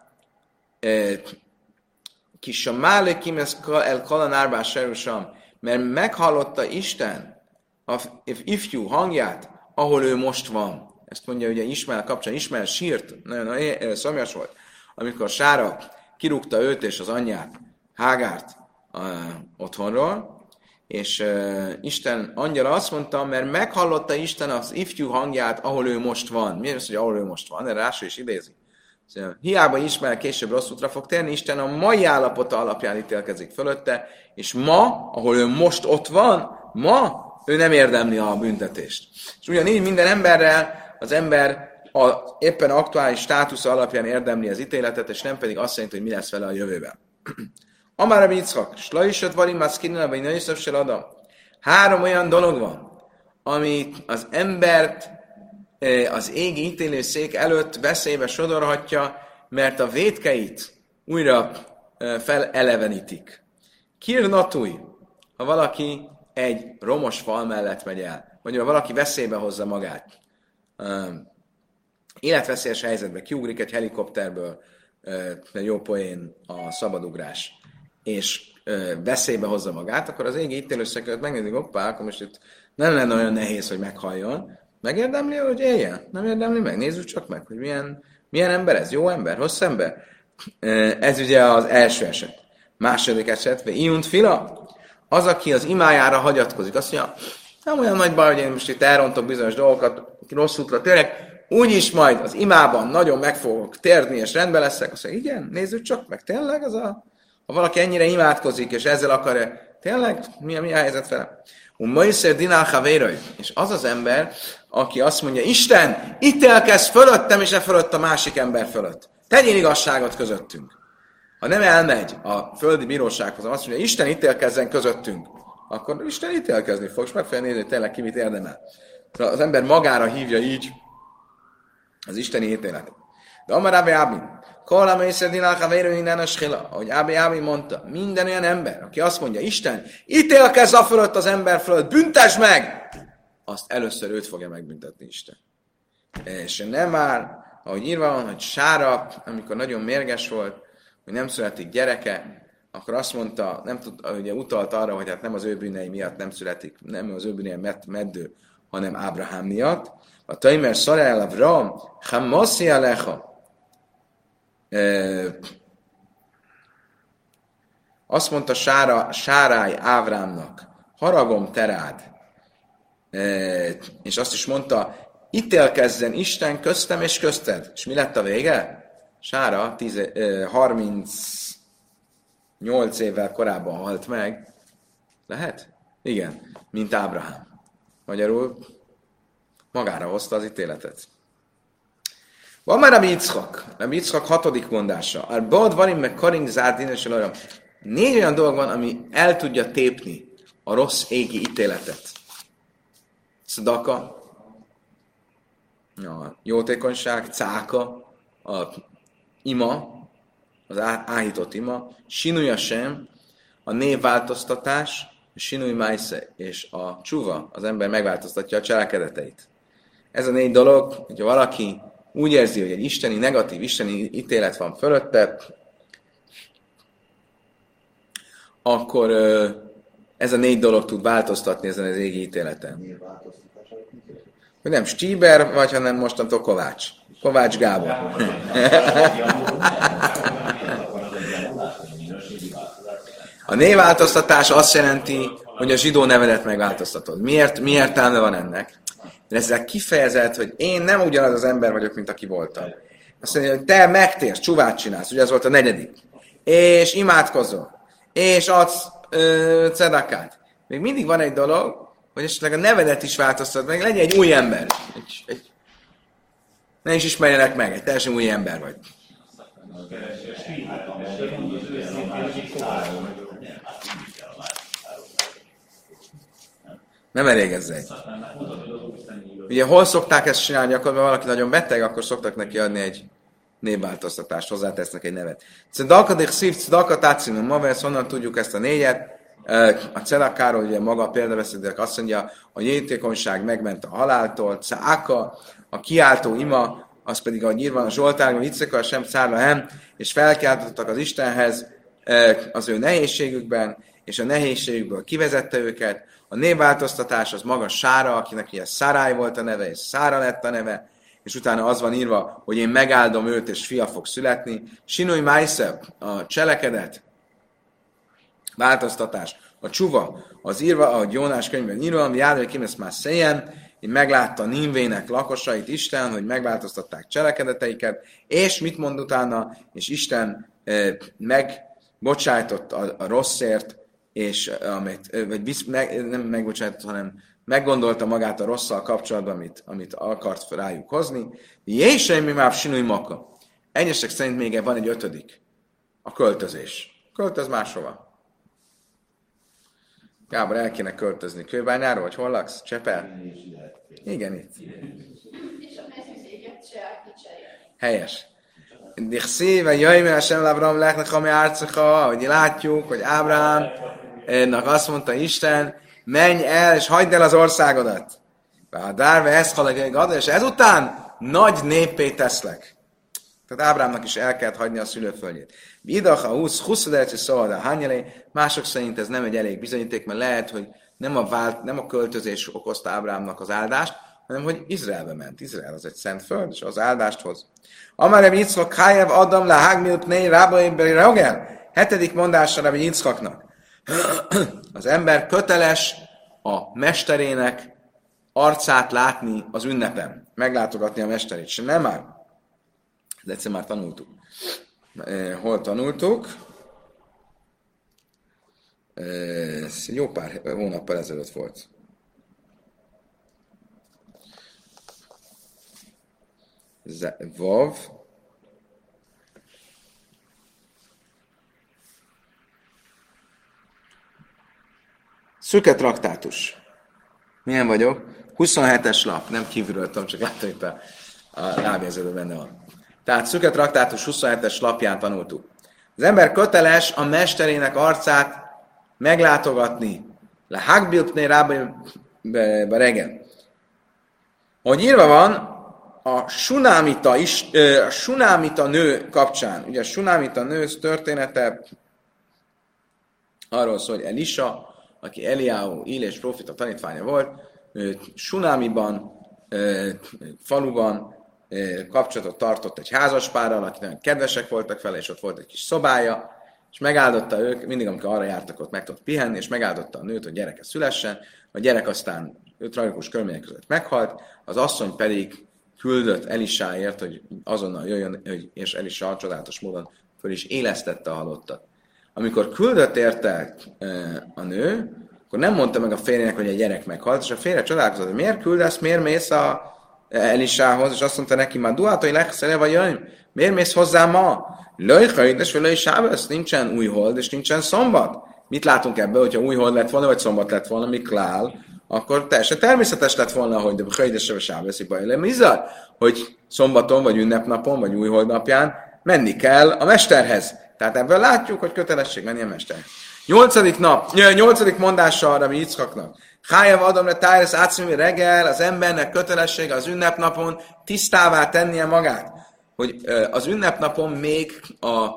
kis a málekim el kalanárba serusam, mert meghallotta Isten az ifjú hangját, ahol ő most van. Ezt mondja ugye Ismael kapcsán, Ismael sírt, nagyon szomjas volt, amikor Sára kirúgta őt és az anyját, Hágárt otthonról, és Isten angyala azt mondta, mert meghallotta Isten az ifjú hangját, ahol ő most van. Miért az, hogy ahol ő most van? Erre Rási is idézi. Szóval, hiába Ismael később rossz útra fog térni, Isten a mai állapota alapján ítélkezik fölötte, és ma, ahol ő most ott van, ma ő nem érdemli a büntetést. És ugyanígy minden emberrel az ember éppen aktuális státusza alapján érdemli az ítéletet, és nem pedig azt jelenti, hogy mi lesz vele a jövőben. Amár a Yitzchak, slajsot varim maszkinina, vagy nőszöv sel adam. 3 olyan dolog van, amit az embert az égi ítélőszék előtt veszélybe sodorhatja, mert a vétkeit újra felelevenítik. Kirnatúj, ha valaki egy romos fal mellett megy el, vagy ha valaki veszélybe hozza magát, életveszélyes helyzetbe kiugrik egy helikopterből, jó poén a szabadugrás, és veszélybe hozza magát, akkor az égi ítélőszék megnézik, hoppá, akkor most itt nem lenne olyan nehéz, hogy meghalljon. Megérdemli, hogy éljen? Nem érdemli meg? Nézzük csak meg, hogy milyen ember ez. Jó ember? Rossz ember? Ez ugye az első eset. Második eset, iunt fila, az, aki az imájára hagyatkozik. Azt mondja, nem olyan nagy baj, hogy én most itt elrontok bizonyos dolgokat, rossz útra tényleg, úgyis majd az imában nagyon meg fogok térni, és rendben leszek. Azt mondja, igen, nézzük csak meg, tényleg ha valaki ennyire imádkozik, és ezzel akarja, tényleg, mi a helyzet vele? És az az ember, aki azt mondja, Isten, ítélkezz fölöttem, és fölött a másik ember fölött. Tegyél igazságot közöttünk. Ha nem elmegy a földi bírósághoz, azt mondja, Isten ítélkezzen közöttünk, akkor Isten ítélkezni fog, és meg fogja nézni, hogy tényleg ki mit érdemel. Az ember magára hívja így az isteni ítéletet. De Amar Rabbi Abin, Kola Mészedinál Havérő innen a Schila, ahogy Ábi mondta, minden olyan ember, aki azt mondja, Isten, ítélkezz a fölött az ember fölött, büntess meg! Azt először őt fogja megbüntetni Isten. És nem már, ahogy írva van, hogy Sára, amikor nagyon mérges volt, hogy nem születik gyereke, akkor azt mondta, nem tud, ugye utalt arra, hogy hát nem az ő bűnei miatt nem születik, nem az ő bűnei meddő, hanem Ábrahám miatt. A Taimer Szarel Avram, Hamaszi Alecha. Azt mondta Sáráj Ávrámnak, haragom te rád. És azt is mondta, ítélkezzen Isten köztem és közted. És mi lett a vége? Sára 38 évvel korábban halt meg. Lehet? Igen, mint Ábrahám. Magyarul magára hozta az ítéletet. Van már Rabbi Yitzchak 6. mondása. Arbad varim meg karing zárdin és eloram. 4 olyan dolog van, ami el tudja tépni a rossz égi ítéletet. Szadaka, a jótékonyság, cáka, a ima, az áhított ima, sinúja sem, a névváltoztatás, a sinúj májsze és a csuva, az ember megváltoztatja a cselekedeteit. Ez a 4 dolog, hogyha valaki úgy érzi, hogy egy isteni, negatív isteni ítélet van fölötte, akkor ez a 4 dolog tud változtatni ezen az égi ítéleten. Hogy nem Stíber vagy, hanem mostantól Kovács. Kovács Gábor. A névváltoztatás azt jelenti, hogy a zsidó nevedet megváltoztatod. Miért értelme van ennek? De ezzel kifejezett, hogy én nem ugyanaz az ember vagyok, mint aki voltam. Azt mondja, hogy te megtérsz, csuvát csinálsz, ugye ez volt a 4. És imádkozol, és adsz cedakát. Még mindig van egy dolog, hogy esetleg a nevedet is változtat meg, legyen egy új ember. Ne is ismerjenek meg, egy teljesen új ember vagy. Nem elég ez egy. Ugye hol szokták ezt csinálni, akkor valaki nagyon beteg, akkor szoktak neki adni egy névváltoztatást, hozzátesznek egy nevet. Cedakadik szív, cedakat átszínű ma, ezt honnan tudjuk ezt a 4-et. A cedakáról ugye maga a példabeszédek azt mondja, a jótékonyság megment a haláltól, cáka, a kiáltó ima, az pedig, ahogy írva a Zsoltárban, viccekar sem szárlahem, és felkiáltottak az Istenhez az ő nehézségükben, és a nehézségükből kivezette őket. A névváltoztatás az maga Sára, akinek ilyen Száráj volt a neve, és Szára lett a neve, és utána az van írva, hogy én megáldom őt, és fia fog születni. Sinúj Májszeb, a cselekedet, változtatás, a csuva, az írva, ahogy Jónás könyvben írva, ami járva, kimesz már széjen, így meglátta Ninvének lakosait Isten, hogy megváltoztatták cselekedeteiket, és mit mond utána, és Isten megbocsájtott a rosszért, és nem megbocsájtott, hanem meggondolta magát a rosszal kapcsolatban, amit akart rájuk hozni. Jézsej mi már sinúj maka. Egyesek szerint még van egy 5. A költözés. Költöz máshova. Gábor, el kéne költözni Kőbányára, vagy hol laksz? Csepel? Igen, itt. És a mezőzéget se elkicserélni. Helyes. Dichszíve, jöjj, mert sem Ábrahám lechnek, ami árcacha, hogy látjuk, hogy Ábrahámnak azt mondta Isten, menj el, és hagyd el az országodat. A dárve ezt halad, és ezután nagy néppé teszlek. Tehát Ábrámnak is el kellett hagyni a szülőföldjét. Vidacha, 20 szóval a hányelé, mások szerint ez nem egy elég bizonyíték, mert lehet, hogy nem a költözés okozta Ábrámnak az áldást, hanem hogy Izraelbe ment. Izrael az egy szent föld, és az áldást hoz. Amarem Yitzchak Hájev Adam le Hágmiut Néi Rábaim Rogel. 7. mondása Rabbi Yitzchaknak. Az ember köteles a mesterének arcát látni az ünnepen. Meglátogatni a mesterét. Se nem már. De egyszer már tanultuk. Hol tanultuk? Ez jó pár hónappal ezelőtt volt. Vav. Szüke traktátus. Milyen vagyok? 27-es lap. Nem kívülről tudom, csak látom, itt a lábjegyzőben benne van. Tehát Szüket Traktátus 27-es lapján tanultuk. Az ember köteles a mesterének arcát meglátogatni. Le Hagbilpné rába reggel. Hogy írva van, a Sunámita nő kapcsán, ugye a Sunámita nő története arról szól, hogy Elisa, aki Eliáhu, Illés profita tanítványa volt, Sunámiban, faluban kapcsolatot tartott egy házaspárral, akik nagyon kedvesek voltak vele, és ott volt egy kis szobája, és megáldotta ők, mindig amikor arra jártak, ott meg tudott pihenni, és megáldotta a nőt, hogy gyereke szülessen. A gyerek aztán tragikus körülmények között meghalt, az asszony pedig küldött Elisáért, hogy azonnal jöjjön, és Elisa csodálatos módon föl is élesztette a halottat. Amikor küldött érte a nő, akkor nem mondta meg a férjének, hogy a gyerek meghalt, és a férje csodálkozott, hogy miért küldesz, miért mész a Elisához, és azt mondta neki, már duhátai legszere vagy jöjjön, miért mész hozzá ma? Löjhajdes, vagy löjsábesz, nincsen új hold, és nincsen szombat. Mit látunk ebből, hogyha új hold lett volna, vagy szombat lett volna, miklál, akkor teljesen természetes lett volna, hogy de höjdes, vagy sábeszi baj, mizar, hogy szombaton, vagy ünnepnapon, vagy új hold napján menni kell a mesterhez. Tehát ebből látjuk, hogy kötelesség menni a mesterhez. 8. mondása Rabbi Yitzchaknak. Hájav adom le tájresz átszmű reggel, az embernek kötelessége az ünnepnapon tisztává tennie magát. Hogy az ünnepnapon még a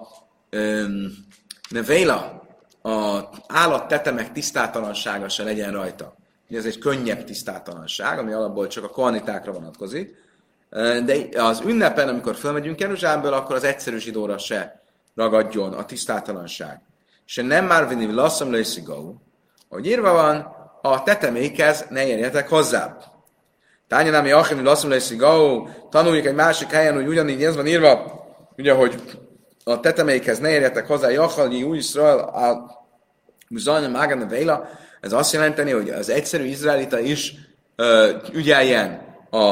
nevéla, az állattetemek tisztátalansága se legyen rajta. Ez egy könnyebb tisztátalanság, ami alapból csak a kohanitákra vonatkozik. De az ünnepen, amikor fölmegyünk Jeruzsámből, akkor az egyszerű zsidóra se ragadjon a tisztátalanság. És nem már vinni lasszam lőszigau, hogy írva van, a tetemékhez ne érjetek hozzá. Tányanámi achim lasszam lőszigau, tanuljuk egy másik helyen, hogy ugyanígy ez van írva, ugye, hogy a tetemékhez ne érjetek hozzá, Jachalnyi új Iszrael, a Muzajna Mágana Véla, ez azt jelenteni, hogy az egyszerű izraelita is ügyeljen a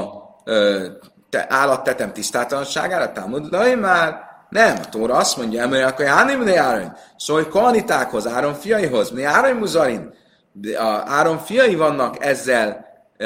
állattetem tisztátalanságára, Talmud már nem, a Tóra azt mondja, hogy akkor Jánim ne Áron, szóval hogy kohanitákhoz, Áron fiaihoz, ne Áron Muzarin, Áron fiai vannak ezzel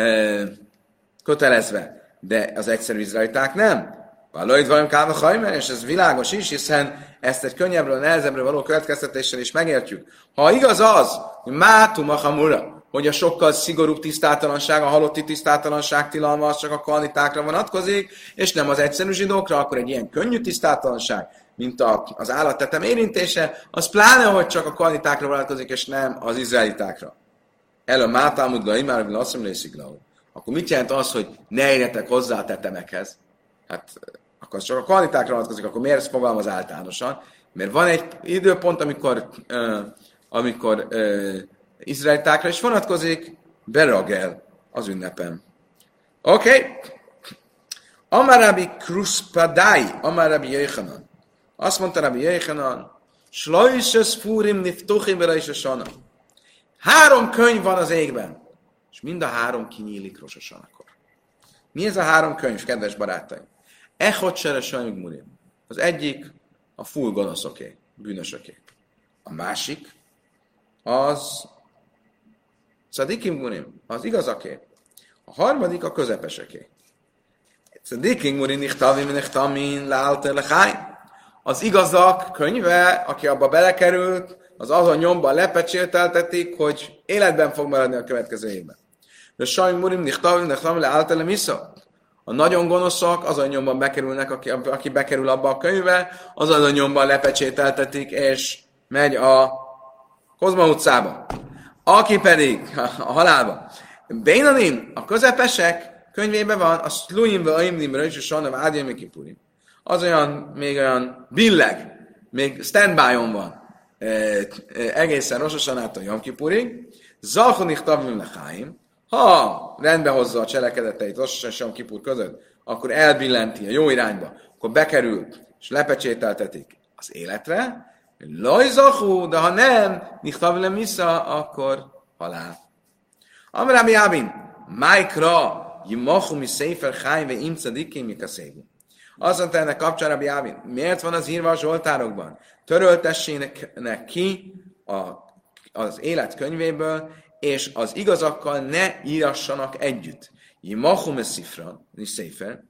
kötelezve, de az egyszerű izraeliták nem. Valahogy valami káva hajmer, és ez világos is, hiszen ezt egy könnyebbről, nehezebbről való következtetéssel is megértjük. Ha igaz az, hogy mátum a hamura, hogy a sokkal szigorúbb tisztátalanság, a halotti tisztátalanság tilalma az csak a kohanitákra vonatkozik, és nem az egyszerű zsidókra, akkor egy ilyen könnyű tisztátalanság, mint az állattetem érintése, az pláne, hogy csak a kohanitákra vonatkozik, és nem az izraelitákra. El a mátámud gaimár, hogy lasszom lésziglau. Akkor mit jelent az, hogy ne érjetek hozzá a tetemekhez? Hát akkor az csak a kohanitákra vonatkozik, akkor miért fogalmaz általánosan? Mert van egy időpont, amikor izraelitákra is vonatkozik, beragel az ünnepen. Oké. Amarabi Kruspadai, Amarabi Jöjchanan. Azt mondta Rabbi Jöjchanan, Slajses Fúrim Niftuchim Berajsosana. 3 könyv van az égben, és mind a 3 kinyílik Rosh Hashanakor. Mi ez a 3 könyv, kedves barátaim? Echot Seresajmig Murim. Az egyik a full gonoszoké, bűnösöké. A másik az Tzadikim Murim, az igazaké. A harmadik a közepeseké. Tzadikim Murim nichtavim nichtamin leálter lechai. Az igazak könyve, aki abba belekerült, az azon nyomban lepecsételtetik, hogy életben fog maradni a következő évben. De Sajm Murim nichtavim nichtamin leálter lemisza. A nagyon gonoszak azon nyomban bekerülnek, aki bekerül abba a könyvbe, azon nyomban lepecsételtetik, és megy a Kozma utcába. Aki pedig a halálba. Bénanin, a közepesek könyvében van, a Szlujimbe, Aimlimbe, és a Sanam, Ádjémi Kipurim. Az még olyan billeg, még standby-on van. Egészen Rosh Hashanától Jom Kipurig. Zalchonik Tavim Lechaim. Ha rendbe hozza a cselekedeteit Rosh Hashanah és Jom Kipur között, akkor elbillenti a jó irányba, akkor bekerül, és lepecsételtetik az életre. Lajzachú, de ha nem, nichtavle misza, akkor halál. Amrábi Ábin, Májkra, jimachu mi széfer chájm ve im cadikim mikaszégu. Azt mondta ennek kapcsán Rabbi Ábin, miért van az írva a Zsoltárokban? Töröltessének ki az élet könyvéből, és az igazakkal ne írassanak együtt. Jimachu mi széfer,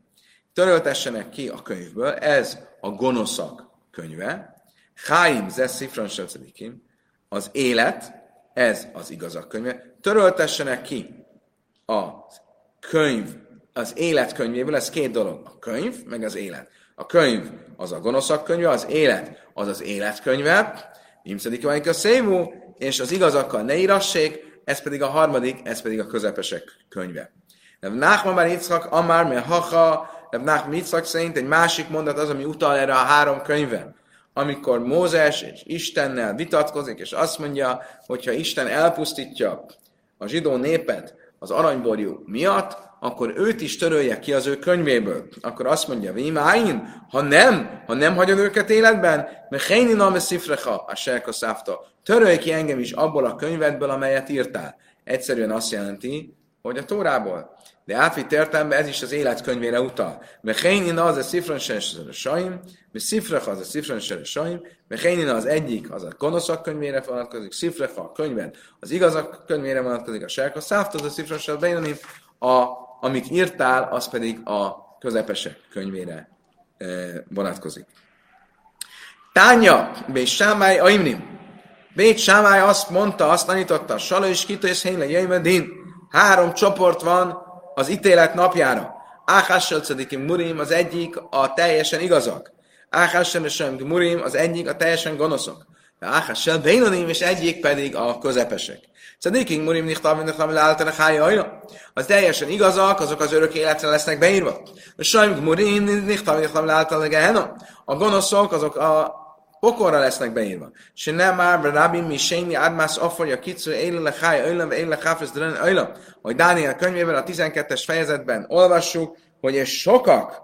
töröltessenek ki a könyvből, ez a gonoszak könyve, Chaim ze szifran sacadikim, az élet, ez az igazak könyve, töröltessenek ki a könyv, az élet könyvéből, ez két dolog, a könyv, meg az élet. A könyv az a gonoszak könyve, az élet az az életkönyve, imszedik van a szévú, és az igazakkal ne írassék, ez pedig a harmadik, ez pedig a közepesek könyve. Nachman bar Yitzchak Amár me hacha, Nachman Yitzchak szerint egy másik mondat az, ami utal erre a három könyve. Amikor Mózes és Istennel vitatkozik, és azt mondja, hogyha Isten elpusztítja a zsidó népet az aranyborjú miatt, akkor őt is törölje ki az ő könyvéből. Akkor azt mondja, Vímáin, ha nem hagyod őket életben, mert Héni name szifrecha, a serka szávta, törölj ki engem is abból a könyvedből, amelyet írtál. Egyszerűen azt jelenti, hogy a Tórából. De átvitt értelemben ez is az életkönyvére utal. Mechénina az a szifran seresaim, szifrecha az a szifran seresaim, mechénina az egyik, az a gonoszak könyvére vonatkozik, szifrecha a könyved, az igazak könyvére vonatkozik, a serka szávta az a szifran seresaim, amit írtál, az pedig a közepesek könyvére vonatkozik. Tánya, Bét Sámály Aimnim. Bét Sámály azt mondta, azt tanította, Sala és Kita és Hénle Jöjmedin. 3 csoport van az ítélet napjára. Áhással Cedikim Murim, az egyik a teljesen igazak. Áhással Sem Murim, az egyik a teljesen gonoszok. Áhással Bénonim, és egyik pedig a közepesek. Cedikim Murim nichtam leálltanak hája ajna. Az teljesen igazak, azok az örök életre lesznek beírva. Sajm Murim nichtam leálltanak gehenna. A gonoszok, azok a pokorra lesznek beírva. Se nem már Rabbi Miséni Admász Aforja Kicsu Éle Hája Öjlem, ve Éle Háfesz Dren Öjlem. Hogy Dániel könyvében a 12-es fejezetben olvassuk, hogy és sokak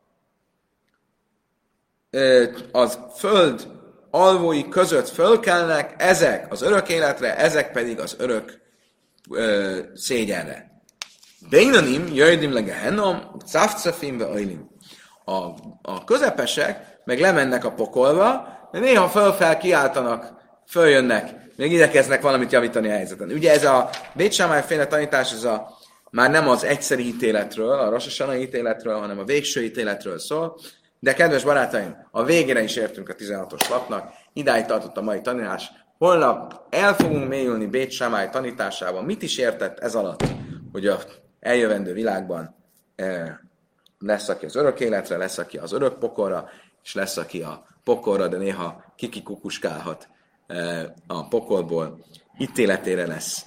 az föld alvói között fölkelnek, ezek az örök életre, ezek pedig az örök szégyenre. Bénanim, jöjdim le gehennom, cafcafim ve öjlim. A közepesek meg lemennek a pokolba, de néha föl kiáltanak, följönnek, még igyekeznek valamit javítani a helyzeten. Ugye ez a Bét Sámály féle tanítás, ez már nem az egyszeri ítéletről, a Rosh Hashanah ítéletről, hanem a végső ítéletről szól. De kedves barátaim, a végére is értünk a 16-os lapnak, idáig tartott a mai tanítás. Holnap el fogunk mélyülni Bét Sámály tanításában. Mit is értett ez alatt, hogy a eljövendő világban lesz, aki az örök életre, lesz, aki az örök pokolra, és lesz, aki a pokolra, de néha kikikukuskálhat a pokolból, ítéletére lesz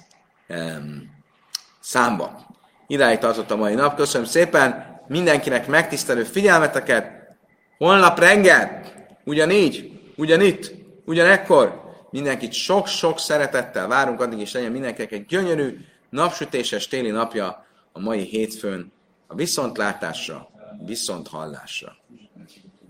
számba. Idáig tartott a mai nap. Köszönöm szépen mindenkinek megtisztelő figyelmeteket. Holnap reggel, ugyanígy, ugyanitt, ugyanekkor mindenkit sok-sok szeretettel várunk, addig is legyen mindenkinek egy gyönyörű, napsütéses téli napja a mai hétfőn a viszontlátásra, viszonthallásra.